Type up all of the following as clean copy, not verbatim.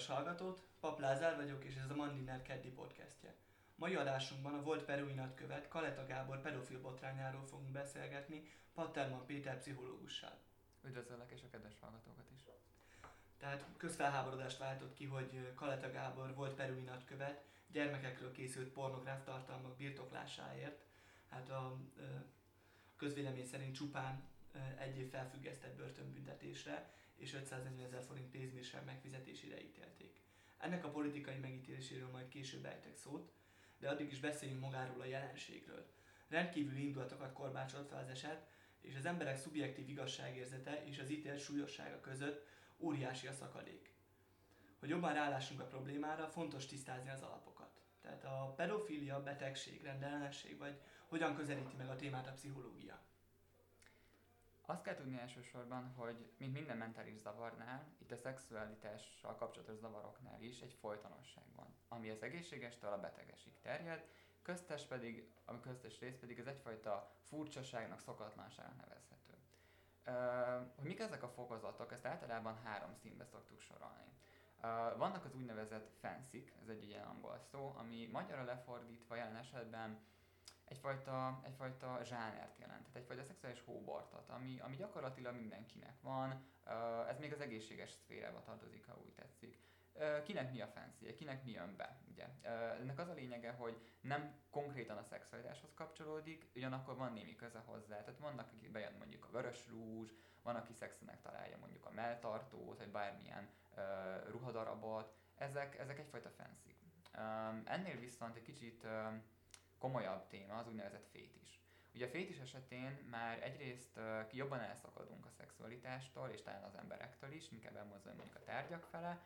kedves hallgatót, Pap Lázár vagyok, és ez a Mandiner keddi podcastje. Mai adásunkban a volt perui nagykövet Kaleta Gábor pedofil botrányáról fogunk beszélgetni Patterman Péter pszichológussal. Üdvözöllek és a kedves hallgatókat is. Tehát közfelháborodást váltott ki, hogy Kaleta Gábor volt perui nagykövet gyermekekről készült pornográf tartalmak birtoklásáért. Hát a közvélemény szerint csupán egy év felfüggesztett börtönbüntetésre és 540 000 forint pénzbírság megfizetésére ítélték. Ennek a politikai megítéléséről majd később ejtek szót, de addig is beszéljünk magáról a jelenségről. Rendkívüli indulatokat korbácsolt fel az eset, és az emberek szubjektív igazságérzete és az ítélet súlyossága között óriási a szakadék. Hogy jobban rálássunk a problémára, fontos tisztázni az alapokat. Tehát a pedofília betegség, rendellenesség, vagy hogyan közelíti meg a témát a pszichológia? Azt kell tudni elsősorban, hogy mint minden mentális zavarnál, itt a szexualitással kapcsolatos zavaroknál is egy folytonosság van, ami az egészségestől a betegesig terjed, a köztes rész pedig az egyfajta furcsaságnak, szokatlanságnak nevezhető. Hogy mik ezek a fokozatok, ezt általában 3 színbe szoktuk sorolni. Vannak az úgynevezett fancyk, ez egy ilyen angol szó, ami magyarra lefordítva jelen esetben egyfajta zsánert jelent, tehát egyfajta szexuális hóbortot, ami gyakorlatilag mindenkinek van, ez még az egészséges szférába tartozik, ha úgy tetszik. Kinek mi a fancy, kinek mi jön be, ugye? Ennek az a lényege, hogy nem konkrétan a szexualitáshoz kapcsolódik, ugyanakkor van némi köze hozzá, tehát vannak, akik bejön mondjuk a vörös rúzs, van, aki szexunek találja mondjuk a melltartót, vagy bármilyen ruhadarabot, ezek egyfajta fancy. Ennél viszont egy kicsit komolyabb téma az úgynevezett fétis. Ugye a fétis esetén már egyrészt jobban elszakadunk a szexualitástól, és talán az emberektől is, inkább elmozdulunk mondjuk a tárgyak fele,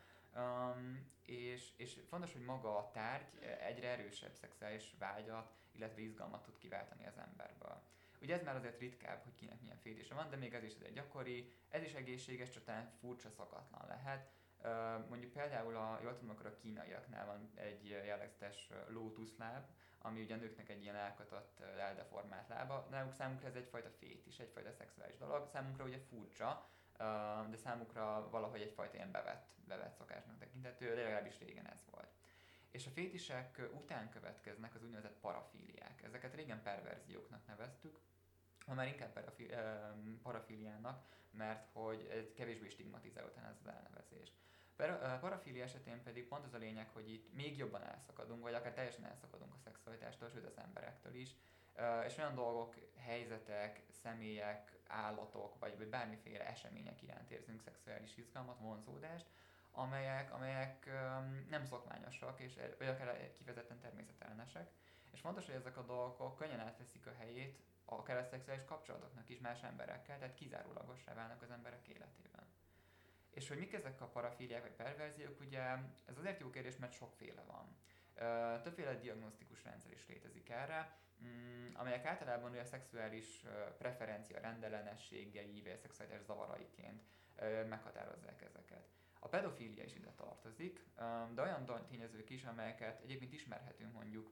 és fontos, hogy maga a tárgy egyre erősebb szexuális vágyat, illetve izgalmat tud kiváltani az emberből. Ugye ez már azért ritkább, hogy kinek milyen fétise van, de még ez is azért gyakori, ez is egészséges, csak talán furcsa, szakatlan lehet. Mondjuk például jól tudom, akkor a kínaiaknál van egy jellegzetes lótuszláb, ami ugye a nőknek egy ilyen elkötött, eldeformált lába. Náluk számunkra ez egyfajta fétis, egyfajta szexuális dolog, számunkra ugye furcsa, de számukra valahogy egyfajta ilyen bevett szokásnak tekinthető, de legalábbis régen ez volt. És a fétisek után következnek az úgynevezett parafíliák. Ezeket régen perverzióknak neveztük, ma már inkább parafíliának, mert hogy ez kevésbé stigmatizáló után ez az elnevezés. Parafília esetén pedig pont az a lényeg, hogy itt még jobban elszakadunk, vagy akár teljesen elszakadunk a szexualitástól, sőt az emberektől is, és olyan dolgok, helyzetek, személyek, állatok, vagy bármiféle események iránt érzünk szexuális izgalmat, vonzódást, amelyek nem szokványosak, vagy akár kifejezetten természetellenesek. És fontos, hogy ezek a dolgok könnyen átveszik a helyét akár a szexuális kapcsolatoknak is más emberekkel, tehát kizárólagossá válnak az emberek életében. És hogy mik ezek a parafíliák vagy perverziók, ugye ez azért jó kérdés, mert sokféle van. Többféle diagnosztikus rendszer is létezik erre, amelyek általában a szexuális preferencia rendellenességei vagy a szexuális zavaraiként meghatározzák ezeket. A pedofília is ide tartozik, de olyan tényezők is, amelyeket egyébként ismerhetünk mondjuk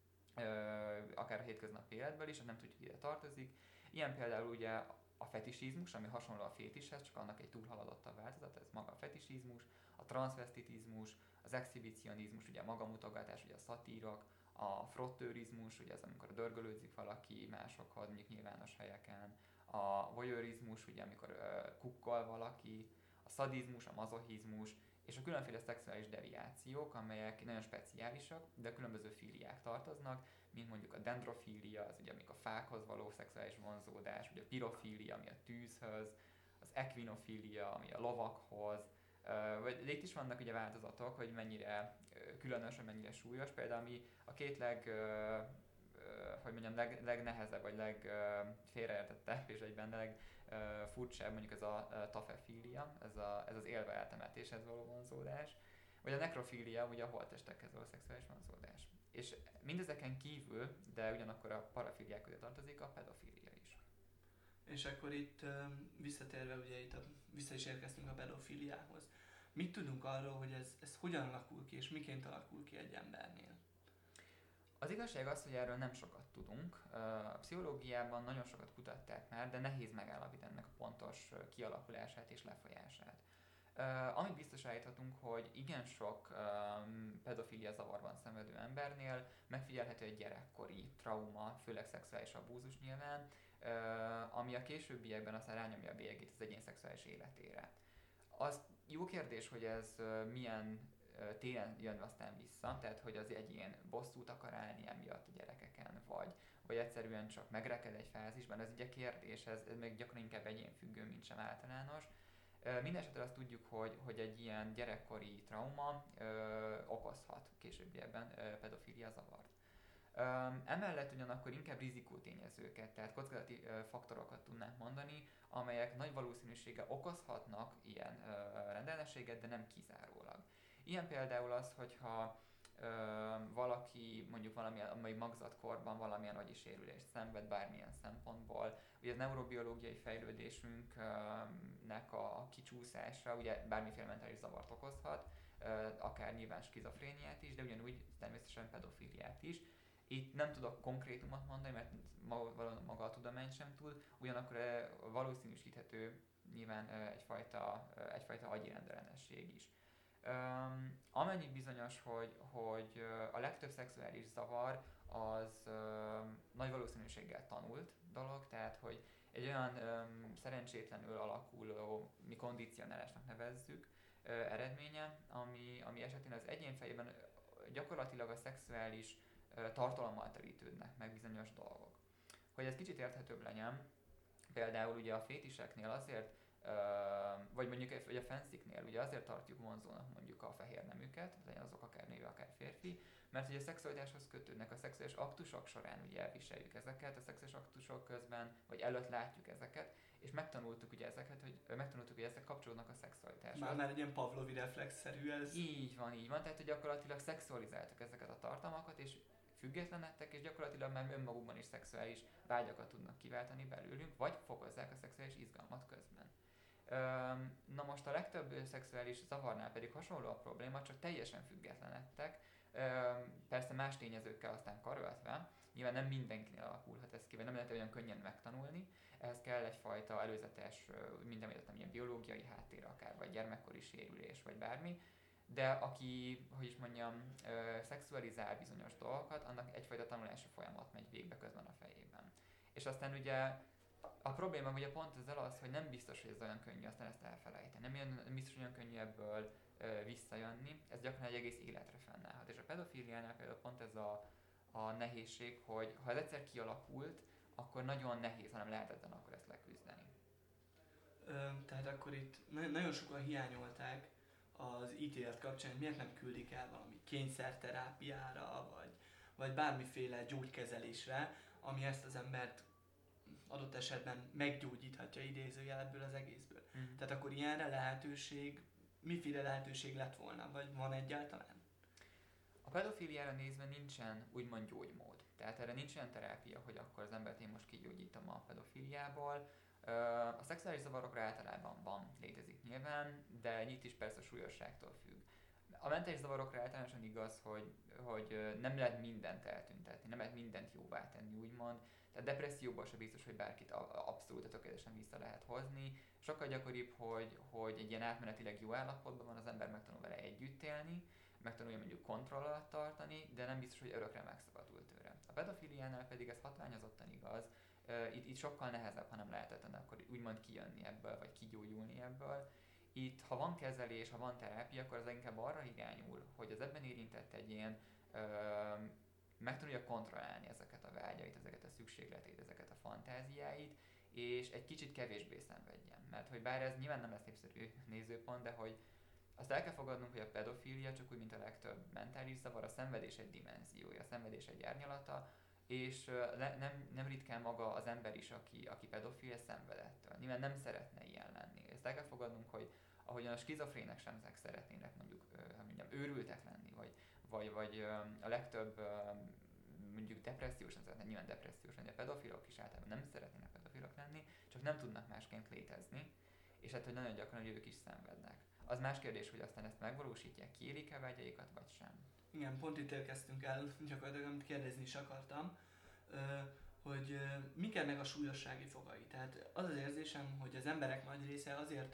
akár a hétköznapi életből is, nem tudjuk, ide tartozik. Ilyen például ugye a fetisizmus, ami hasonló a fétishez, csak annak egy túlhaladottabb változat, ez maga a fetisizmus, a transzvestitizmus, az exhibicionizmus, ugye a magamutogatás, ugye a szatírok, a frottőrizmus, ugye az, amikor dörgölődzik valaki másokhoz, mondjuk nyilvános helyeken, a voyeurizmus, ugye amikor kukkol valaki, a szadizmus, a mazochizmus, és a különféle szexuális deviációk, amelyek nagyon speciálisak, de a különböző fíliák tartoznak, mint mondjuk a dendrofília, az ugye amik a fákhoz való szexuális vonzódás, ugye a pirofília, ami a tűzhöz, az equinofília, ami a lovakhoz, vagy itt is vannak ugye változatok, hogy mennyire különös, vagy mennyire súlyos, például ami a két legnehezebb, vagy legfélreértettebb és egyben legfurcsább, mondjuk ez a tafefília, ez az élve eltemetéshez való vonzódás, vagy a nekrofília, ugye a holttestekhez való szexuális vonzódás. És mindezeken kívül, de ugyanakkor a parafíliák közé tartozik a pedofília is. És akkor itt visszatérve, ugye vissza is érkeztünk a pedofíliához. Mit tudunk arról, hogy ez hogyan alakul ki, és miként alakul ki egy embernél? Az igazság az, hogy erről nem sokat tudunk. A pszichológiában nagyon sokat kutatták már, de nehéz megállapítani ennek a pontos kialakulását és lefolyását. Amit biztos állíthatunk, hogy igen sok pedofilia zavarban szenvedő embernél megfigyelhető egy gyerekkori trauma, főleg szexuális abúzus nyilván, ami a későbbiekben aztán rányomja a bélyegét az egyén szexuális életére. Az jó kérdés, hogy ez milyen téren jön aztán vissza, tehát hogy az egyén bosszút akar állni emiatt a gyerekeken, vagy egyszerűen csak megreked egy fázisban, ez ugye kérdés, ez még gyakran inkább egyénfüggő, mint sem általános. Mindenesetre azt tudjuk, hogy egy ilyen gyerekkori trauma okozhat későbbiekben pedofilia zavart. Emellett ugyanakkor inkább rizikótényezőket, tehát kockázati faktorokat tudnánk mondani, amelyek nagy valószínűséggel okozhatnak ilyen rendellenességet, de nem kizárólag. Ilyen például az, hogyha valaki mondjuk valamilyen magzatkorban valamilyen agyi sérülést szenved bármilyen szempontból, ugye a neurobiológiai fejlődésünknek a kicsúszása ugye bármiféle mentális zavart okozhat, akár nyilván skizofréniát is, de ugyanúgy természetesen pedofiliát is. Itt nem tudok konkrétumot mondani, mert maga a tudomány sem tud, ugyanakkor valószínűsíthető nyilván egyfajta agyi rendellenesség is. Amennyi bizonyos, hogy a legtöbb szexuális zavar az nagy valószínűséggel tanult dolog, tehát hogy egy olyan szerencsétlenül alakuló, mi kondicionálásnak nevezzük, eredménye, ami esetén az egyén fejében gyakorlatilag a szexuális tartalommal terítődnek meg bizonyos dolgok. Hogy ez kicsit érthetőbb legyen, például ugye a fétiseknél azért, vagy mondjuk a fansziknél ugye azért tartjuk vonzónak mondjuk a fehér neműket, legyen azok akár nő, akár férfi, mert ugye a szexualitáshoz kötődnek, a szexuális aktusok során ugye elviseljük ezeket, a szexuális aktusok közben, vagy előtt látjuk ezeket, és megtanultuk ugye ezeket, hogy ezek kapcsolódnak a szexualitáshoz. Már egy ilyen pavlovi reflexszerű ez. Így van, tehát hogy gyakorlatilag szexualizáltuk ezeket a tartalmakat, és függetlenedtek, és gyakorlatilag már önmagukban is szexuális vágyakat tudnak kiváltani belőlünk, vagy fokozzák a szexuális izgalmat közben. Na most a legtöbb szexuális zavarnál pedig hasonló a probléma, csak teljesen függetlenedtek, persze más tényezőkkel aztán karöltve, nyilván nem mindenkinél alakulhat ez ki, vagy nem lehet olyan könnyen megtanulni, ehhez kell egyfajta előzetes, mint említettem, ilyen biológiai háttér akár, vagy gyermekkori sérülés, vagy bármi, de aki, hogy is mondjam, szexualizál bizonyos dolgokat, annak egyfajta tanulási folyamat megy végbe közben a fejében. És aztán ugye a probléma ugye pont ezzel az, hogy nem biztos, hogy ez olyan könnyű aztán ezt elfelejteni. Nem biztos, hogy olyan könnyű ebből visszajönni. Ez gyakran egy egész életre fennállhat. És a pedofíliánál például pont ez a nehézség, hogy ha ez egyszer kialakult, akkor nagyon nehéz, hanem lehetetlen akkor ezt leküzdeni. Tehát akkor itt nagyon sokan hiányolták az ítélet kapcsán, hogy miért nem küldik el valami kényszerterápiára, vagy bármiféle gyógykezelésre, ami ezt az embert adott esetben meggyógyíthatja idézőjelből az egészből. Tehát akkor ilyenre miféle lehetőség lett volna, vagy van egyáltalán? A pedofiliára nézve nincsen úgymond gyógymód. Tehát erre nincs olyan terápia, hogy akkor az embert én most kigyógyítom a pedofiliából. A szexuális zavarokra általában létezik nyilván, de itt is persze a súlyosságtól függ. A mentális zavarokra általánosan igaz, hogy nem lehet mindent eltüntetni, nem lehet mindent jóvá tenni, úgymond. Tehát depresszióban sem biztos, hogy bárkit abszolút tökéletesen vissza lehet hozni. Sokkal gyakoribb, hogy egy ilyen átmenetileg jó állapotban van, az ember megtanul vele együtt élni, megtanulja mondjuk kontroll alatt tartani, de nem biztos, hogy örökre megszabadul tőle. A pedofiliánál pedig ez hatványozottan igaz, itt sokkal nehezebb, ha nem lehetetlen akkor úgymond kijönni ebből, vagy kigyógyulni ebből. Itt, ha van kezelés, ha van terápia, akkor az inkább arra irányul, hogy az ebben érintett egyén megtanulja kontrollálni ezeket a vágyait, ezeket a szükségleteit, ezeket a fantáziáit, és egy kicsit kevésbé szenvedjen. Mert hogy bár ez nyilván nem lesz népszerű nézőpont, de hogy azt el kell fogadnunk, hogy a pedofília csak úgy, mint a legtöbb mentális zavar, a szenvedés egy dimenziója, a szenvedés egy árnyalata, és nem ritkán maga az ember is, aki pedofil, szenvedettől. Nyilván nem szeretne ilyen lenni. Ezt el kell fogadnunk, hogy ahogyan a skizofrének sem szeretnének mondjuk őrültek lenni, vagy a legtöbb mondjuk depressziós nem szeretne nyilván depressziós lenni, a pedofilok is általában nem szeretnének pedofilok lenni, csak nem tudnak másként létezni, és hát hogy nagyon gyakran, hogy ők is szenvednek. Az más kérdés, hogy aztán ezt megvalósítják, kiélik-e vágyaikat, vagy sem. Igen, pont itt érkeztünk el, gyakorlatilag amit kérdezni is akartam, hogy mik ennek a súlyossági fogai. Tehát az az érzésem, hogy az emberek nagy része azért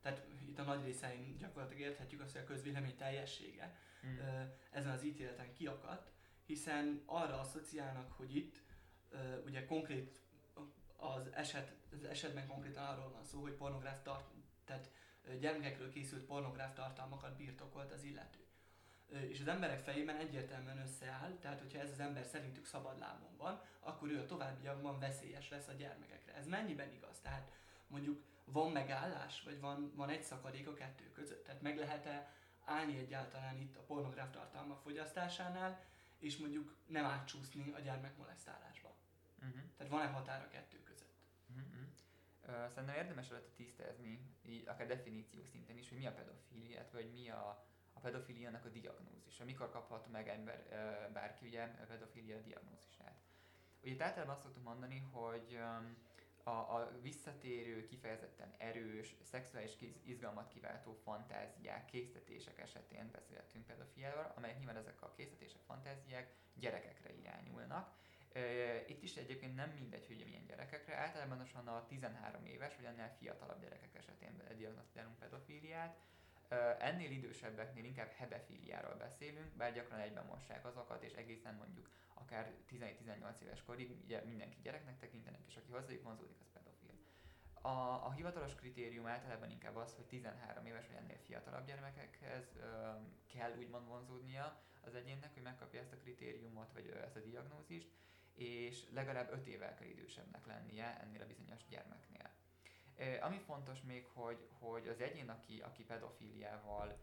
tehát itt a nagy részein gyakorlatilag érthetjük azt, hogy a közvélemény teljessége Mm. ezen az ítéleten kiakadt, hiszen arra asszociálnak, hogy itt ugye konkrét az esetben konkrétan arról van szó, hogy tehát gyermekekről készült pornográf tartalmakat birtokolt az illető. És az emberek fejében egyértelműen összeáll, tehát hogyha ez az ember szerintük szabadlábon van, akkor ő a továbbiakban veszélyes lesz a gyermekekre. Ez mennyiben igaz? Tehát mondjuk van megállás, vagy van egy szakadék a kettő között? Tehát meg lehet-e állni egyáltalán itt a pornográf tartalmak fogyasztásánál, és mondjuk nem átcsúszni a gyermekmolesztálásba? Tehát van-e határ a kettő között? Szerintem érdemes rajta tisztázni, így akár definíció szinten is, hogy mi a pedofília, vagy mi a pedofíliának a diagnózisa. Mikor kaphat meg bárki ugye a pedofília diagnózisát. Ugye általában azt szoktuk mondani, hogy a visszatérő, kifejezetten erős, szexuális izgalmat kiváltó fantáziák, késztetések esetén beszélhetünk pedofiliáról, amelyek nyilván ezek a késztetések, fantáziák gyerekekre irányulnak. Itt is egyébként nem mindegy, hogy milyen gyerekekre, általában a 13 éves vagy annál fiatalabb gyerekek esetén diagnosztizálunk pedofíliát. Ennél idősebbeknél inkább hebefíliáról beszélünk, bár gyakran egyben mossák azokat, és egészen mondjuk akár 17-18 éves korig ugye mindenki gyereknek tekintenek, és aki hozzájuk vonzódik, az pedofil. A hivatalos kritérium általában inkább az, hogy 13 éves vagy ennél fiatalabb gyermekekhez kell úgymond vonzódnia az egyénnek, hogy megkapja ezt a kritériumot, vagy ezt a diagnózist, és legalább 5 évvel kell idősebbnek lennie ennél a bizonyos gyermeknél. Ami fontos még, hogy az egyén, aki pedofíliával,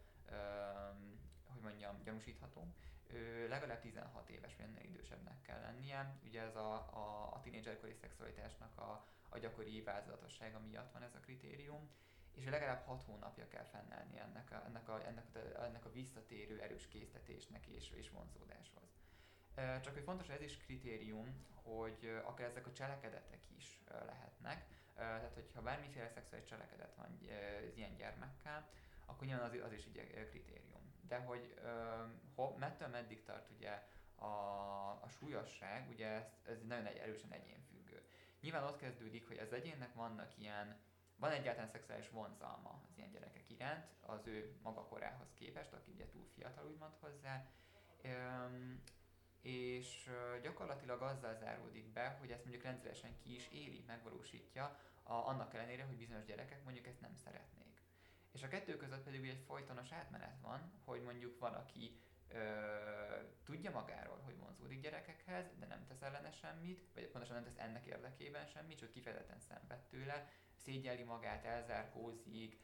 gyanúsítható, legalább 16 éves vagy ennél idősebbnek kell lennie. Ugye ez a tínédzserkori szexualitásnak a gyakori változatossága miatt van ez a kritérium, és legalább 6 hónapja kell fennállni ennek a visszatérő erős késztetésnek és vonzódáshoz. Csak hogy fontos, hogy ez is kritérium, hogy akár ezek a cselekedetek is lehetnek. Tehát, hogyha bármiféle szexuális cselekedet van ilyen gyermekkel, akkor nyilván az is egy kritérium. De hogy mettől meddig tart ugye a súlyosság, ugye ez nagyon erősen egyénfüggő. Nyilván ott kezdődik, hogy az egyénnek van egyáltalán szexuális vonzalma az ilyen gyerekek iránt, az ő maga korához képest, aki ugye túl fiatal úgymond hozzá, és gyakorlatilag azzal záródik be, hogy ezt mondjuk rendszeresen ki is éli, megvalósítja, annak ellenére, hogy bizonyos gyerekek mondjuk ezt nem szeretnék. És a kettő között pedig egy folytonos átmenet van, hogy mondjuk valaki tudja magáról, hogy vonzódik gyerekekhez, de nem tesz ellene semmit, vagy pontosan nem tesz ennek érdekében semmit, csak kifejezetten szenved tőle, szégyelli magát, elzárkózik,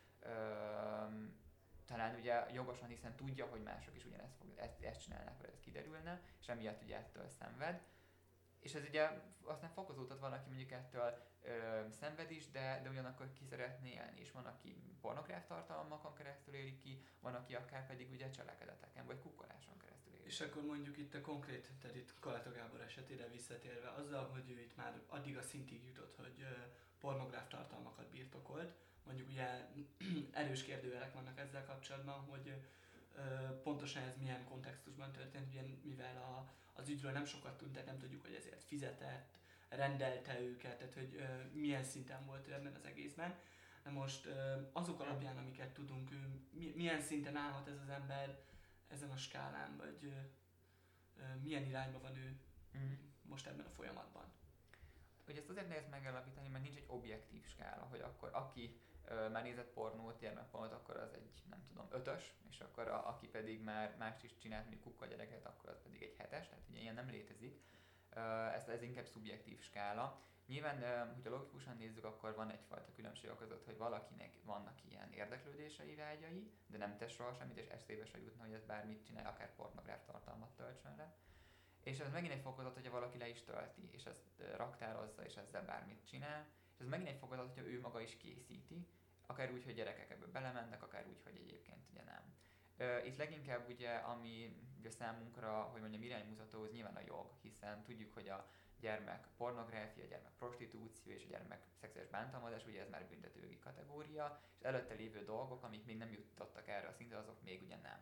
talán ugye jogosan, hiszen tudja, hogy mások is ugyanezt ezt csinálnak, vagy ez kiderülne, és emiatt ugye ettől szenved. És ez ugye aztán fokozódhat, van, aki mondjuk ettől szenved is, de ugyanakkor ki szeretné élni, és van, aki pornográf tartalmakon keresztül éli ki, van, aki akár pedig ugye cselekedeteken, vagy kukkoláson keresztül éli. És akkor mondjuk itt a konkrét, tehát itt Kaleta Gábor esetére visszatérve, azzal, hogy ő itt már addig a szintig jutott, hogy pornográf tartalmakat birtokolt, mondjuk ugye erős kérdőjelek vannak ezzel kapcsolatban, hogy pontosan ez milyen kontextusban történt, ugye, mivel az ügyről nem sokat tudunk, tehát nem tudjuk, hogy ezért fizetett, rendelte őket, tehát hogy milyen szinten volt ő ebben az egészben. De most azok alapján, amiket tudunk, milyen szinten állhat ez az ember ezen a skálán, vagy milyen irányba van ő most ebben a folyamatban. Ugye ezt azért nehéz megállapítani, mert nincs egy objektív skála, hogy akkor aki már nézett pornót, gyermekpornót, akkor az egy, nem tudom, 5-ös, és akkor aki pedig már mást is csinált, mondjuk kukka gyereket, akkor az pedig egy 7-es, tehát ugye ilyen nem létezik. Ez inkább szubjektív skála. Nyilván, hogyha logikusan nézzük, akkor van egyfajta különbség között, hogy valakinek vannak ilyen érdeklődései, vágyai, de nem tesz soha semmit, és eszébe se jutna, hogy ez bármit csinál, akár pornográf tartalmat töltsön le. És ez megint egy fokozat, hogyha valaki le is tölti, és ezt raktározza, és ezzel bármit csinál. És ez megint egy fokozat, hogyha ő maga is készíti, akár úgy, hogy gyerekek ebbe belemennek, akár úgy, hogy egyébként ugye nem. Itt leginkább ugye, ami ugye számunkra, hogy mondjam, iránymutató, az nyilván a jog, hiszen tudjuk, hogy a gyermek pornográfia, a gyermek prostitúció és a gyermek szexuális bántalmazás, ugye ez már büntetőjogi kategória, és előtte lévő dolgok, amik még nem jutottak erre a szintre, azok még ugye nem.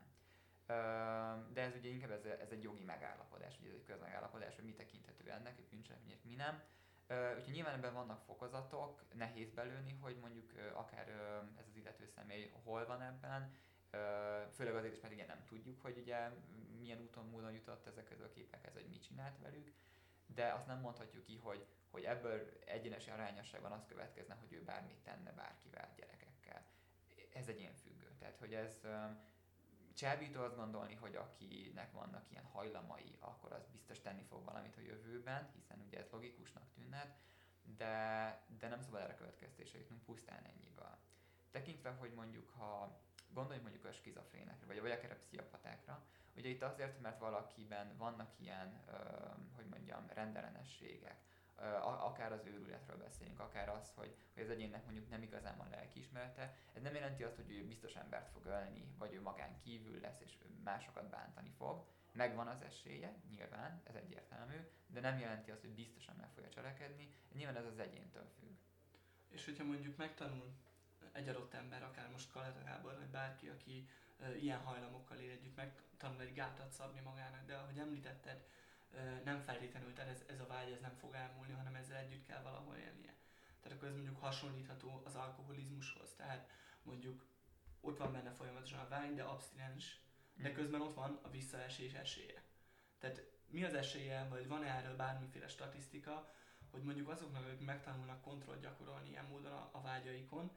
De ez ugye inkább ez egy jogi megállapodás, ugye ez egy közmegállapodás, hogy mi tekinthető ennek, hogy bűncselekmény és mi nem. Úgyhogy nyilván ebben vannak fokozatok, nehéz belőni, hogy mondjuk akár ez az illető személy hol van ebben, főleg azért is, mert ugye nem tudjuk, hogy ugye milyen úton, módon jutott ezekhez a képekhez, hogy mit csinált velük, de azt nem mondhatjuk ki, hogy ebből egyenesi arányosságban az következne, hogy ő bármit tenne bárkivel, gyerekekkel. Ez egyénfüggő. Tehát, hogy ez csábító azt gondolni, hogy akinek vannak ilyen hajlamai, akkor az biztos tenni fog valamit a jövőben, hiszen ugye ez logikusnak tűnhet, de nem szabad erre következtésre jutnunk pusztán ennyiből. Tekintve, hogy mondjuk, ha gondoljunk mondjuk a skizofrénekre, vagy akár a pszichopatákra, ugye itt azért, mert valakiben vannak ilyen, hogy mondjam, rendellenességek, akár az őrületről beszélünk, akár az, hogy az egyénnek mondjuk nem igazán van lelkiismerete, ez nem jelenti azt, hogy ő biztos embert fog ölni, vagy ő magán kívül lesz, és másokat bántani fog. Megvan az esélye, nyilván, ez egyértelmű, de nem jelenti azt, hogy biztosan meg fogja cselekedni, nyilván ez az egyéntől függ. És hogyha mondjuk megtanul egy adott ember, akár most Kaleta Gábor, vagy bárki, aki ilyen hajlamokkal él együtt, megtanul egy gátat szabni magának, de ahogy említetted, nem feltétlenül, tehát ez a vágy ez nem fog elmúlni, hanem ezzel együtt kell valahol élnie. Tehát akkor ez mondjuk hasonlítható az alkoholizmushoz, tehát mondjuk ott van benne folyamatosan a vágy, de abstinens, de közben ott van a visszaesés esélye. Tehát mi az esélye, vagy van erről bármiféle statisztika, hogy mondjuk azoknak, akik megtanulnak kontrollt gyakorolni ilyen módon a vágyaikon,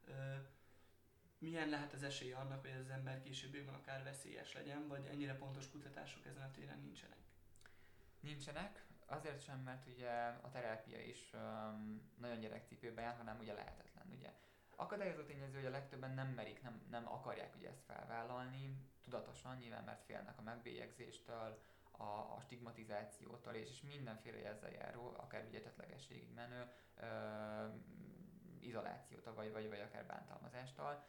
milyen lehet az esélye annak, hogy ez az ember későbbiekben akár veszélyes legyen, vagy ennyire pontos kutatások ezen a téren nincsenek? Nincsenek, azért sem, mert ugye a terápia is nagyon gyerekcipőben jár, hanem ugye lehetetlen. Ugye akadályozó tényező, hogy a legtöbben nem merik, nem akarják ugye ezt felvállalni, tudatosan nyilván, mert félnek a megbélyegzéstől, a stigmatizációtól, és mindenféle ezzel járó, akár ugye esetlegességig menő izolációtól, vagy akár bántalmazástól.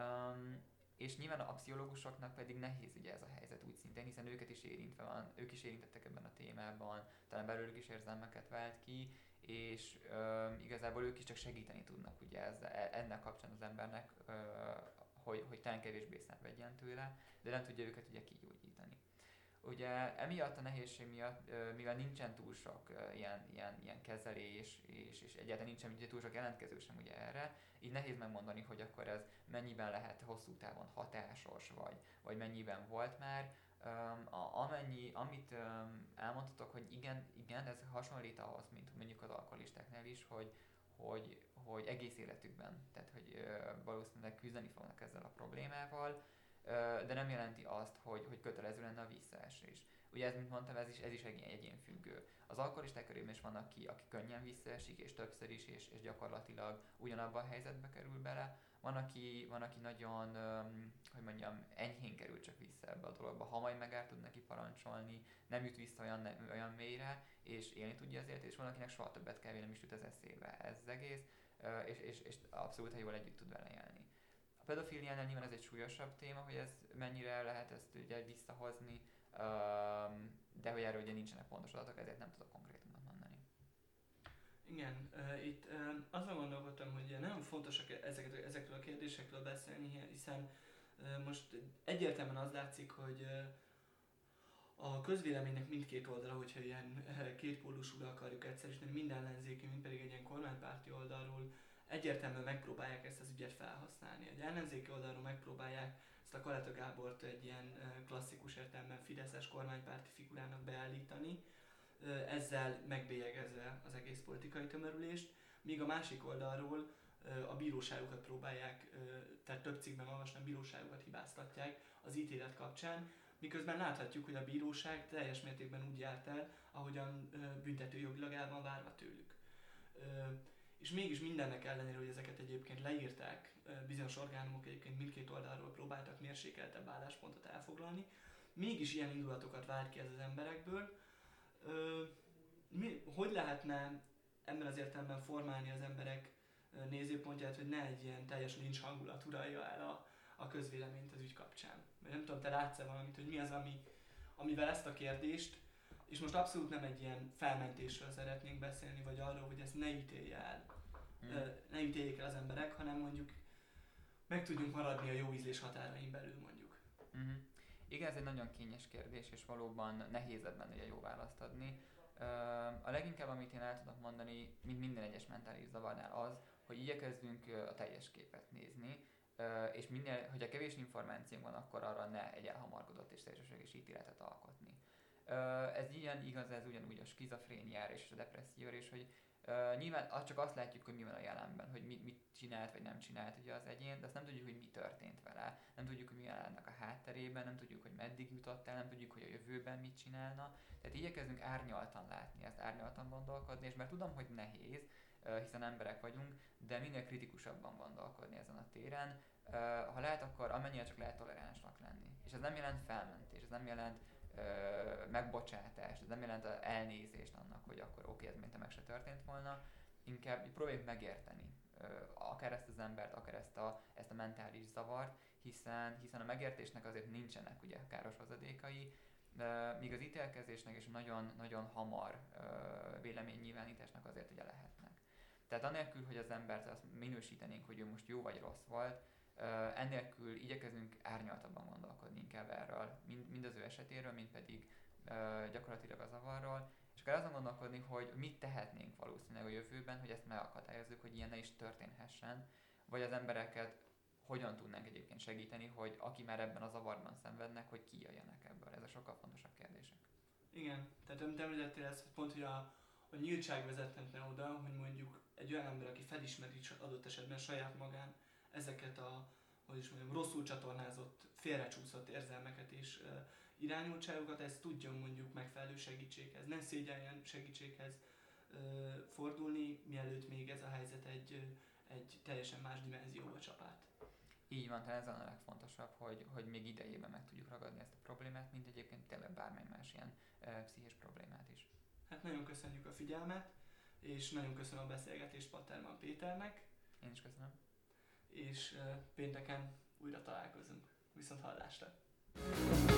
És nyilván a pszichológusoknak pedig nehéz ugye ez a helyzet úgy szintén, hiszen őket is érintve van, ők is érintettek ebben a témában, talán belőlük is érzelmeket vált ki, és igazából ők is csak segíteni tudnak ugye ennek kapcsán az embernek, hogy talán kevésbé szenvedjen tőle, de nem tudja őket ugye kigyógyítani. Ugye emiatt a nehézség miatt, mivel nincsen túl sok ilyen kezelés, és egyáltalán nincsen ugye túl sok jelentkező sem ugye erre, így nehéz megmondani, hogy akkor ez mennyiben lehet hosszú távon hatásos, vagy mennyiben volt már. Amit elmondhatok, hogy igen, ez hasonlít ahhoz, mint mondjuk az alkoholistáknál is, hogy egész életükben, tehát hogy valószínűleg küzdeni fognak ezzel a problémával, de nem jelenti azt, hogy kötelező lenne a visszaesés. Ugye ez, mint mondtam, ez is egyénfüggő. Az alkoholisták körében is van, aki könnyen visszaesik, és többször is, és gyakorlatilag ugyanabban a helyzetbe kerül bele. Van, aki nagyon, hogy mondjam, enyhén kerül csak vissza ebbe a dologba. Ha majd megáll tud neki parancsolni, nem jut vissza olyan mélyre, és élni tudja azért, és van, akinek soha többet kb. Nem is jut az eszébe ez az egész, és abszolút jól együtt tud vele élni. A pedofiliánál nyilván ez egy súlyosabb téma, hogy ez mennyire lehet ezt ugye visszahozni, de hogy erről ugye nincsenek pontos adatok, ezért nem tudok konkrétumot mondani. Igen, itt azon gondolkodtam, hogy nagyon fontosak ezekről a kérdésekről beszélni, hiszen most egyértelműen az látszik, hogy a közvéleménynek mindkét oldala, hogyha ilyen kétpólusúra akarjuk egyszerűsíteni, mind ellenzéki, mind pedig egy ilyen kormánypárti oldalról egyértelműen megpróbálják ezt az ügyet felhasználni. Egy ellenzéki oldalról megpróbálják ezt a Kaleta Gábort egy ilyen klasszikus értelemben fideszes kormánypárti figurának beállítani, ezzel megbélyegezve az egész politikai tömörülést, míg a másik oldalról a bíróságokat próbálják, tehát több cikkben olvasnak, bíróságokat hibáztatják az ítélet kapcsán, miközben láthatjuk, hogy a bíróság teljes mértékben úgy járt el, ahogyan büntetőjogilag el van várva tőlük. És mégis mindennek ellenére, hogy ezeket egyébként leírták, bizonyos orgánumok egyébként mindkét oldalról próbáltak mérsékeltebb álláspontot elfoglalni, mégis ilyen indulatokat vált ki ez az emberekből. Hogy lehetne ebben az értelemben formálni az emberek nézőpontját, hogy ne egy ilyen teljes lincs hangulat uralja el a közvéleményt az ügy kapcsán? Mert nem tudom, te látsz-e valamit, hogy mi az, amivel ezt a kérdést, és most abszolút nem egy ilyen felmentésről szeretnénk beszélni, vagy arról, hogy ezt ne ítélje el, ne ítéljék el az emberek, hanem mondjuk meg tudjunk maradni a jó ízlés határain belül mondjuk. Igen, ez egy nagyon kényes kérdés, és valóban nehéz ebben ugye jó választ adni. A leginkább, amit én el tudok mondani, mint minden egyes mentális zavarnál az, hogy igyekezzünk a teljes képet nézni, és minél, hogyha kevés információnk van, akkor arra ne egy elhamarkodott és szélsőséges ítéletet alkotni. Ez ilyen igaz, ez ugyanúgy a skizofréniára és a depresszióra, és hogy nyilván csak azt látjuk, hogy mi van a jelenben, hogy mit csinált vagy nem csinált ugye az egyén, de azt nem tudjuk, hogy mi történt vele, nem tudjuk, hogy mi áll ennek a hátterében, nem tudjuk, hogy meddig jutott el, nem tudjuk, hogy a jövőben mit csinálna. Tehát igyekezzünk árnyaltan látni, ezt árnyaltan gondolkodni, és mert tudom, hogy nehéz, hiszen emberek vagyunk, de minél kritikusabban gondolkodni ezen a téren. Ha lehet, akkor amennyire csak lehet toleránsnak lenni. És ez nem jelent felmentés, ez nem jelent megbocsátást, ez nem jelent elnézést annak, hogy akkor oké, ez mintha meg se történt volna, inkább próbáljuk megérteni akár ezt az embert, akár ezt a mentális zavart, hiszen a megértésnek azért nincsenek ugye káros hozadékai, míg az ítélkezésnek és nagyon hamar véleménynyilvánításnak azért ugye lehetnek. Tehát anélkül, hogy az embert azt minősítenénk, hogy ő most jó vagy rossz volt, ennélkül igyekezünk árnyaltabban gondolkodni inkább erről, mind az ő esetéről, mind pedig gyakorlatilag a zavarról, és akkor azon gondolkodni, hogy mit tehetnénk valószínűleg a jövőben, hogy ezt megakadályozzuk, hogy ilyen ne is történhessen, vagy az embereket hogyan tudnánk egyébként segíteni, hogy aki már ebben a zavarban szenvednek, hogy kijöjjenek ebből. Ez a sokkal fontosabb kérdések. Igen, tehát amit említettél ezt, hogy pont, hogy a nyíltság vezethetne oda, hogy mondjuk egy olyan ember, aki felismeri adott esetben saját magán ezeket a, hogy is mondjam, rosszul csatornázott, félrecsúszott érzelmeket és irányultságokat, ezt tudjon mondjuk megfelelő segítséghez, ne szégyeljen segítséghez fordulni, mielőtt még ez a helyzet egy teljesen más dimenzióba csap át. Így van, tehát ez a legfontosabb, hogy még idejében meg tudjuk ragadni ezt a problémát, mint egyébként tényleg bármely más ilyen pszichés problémát is. Hát nagyon köszönjük a figyelmet, és nagyon köszönöm a beszélgetést Patterman Péternek. Én is köszönöm. És pénteken újra találkozunk. Viszont hallásra!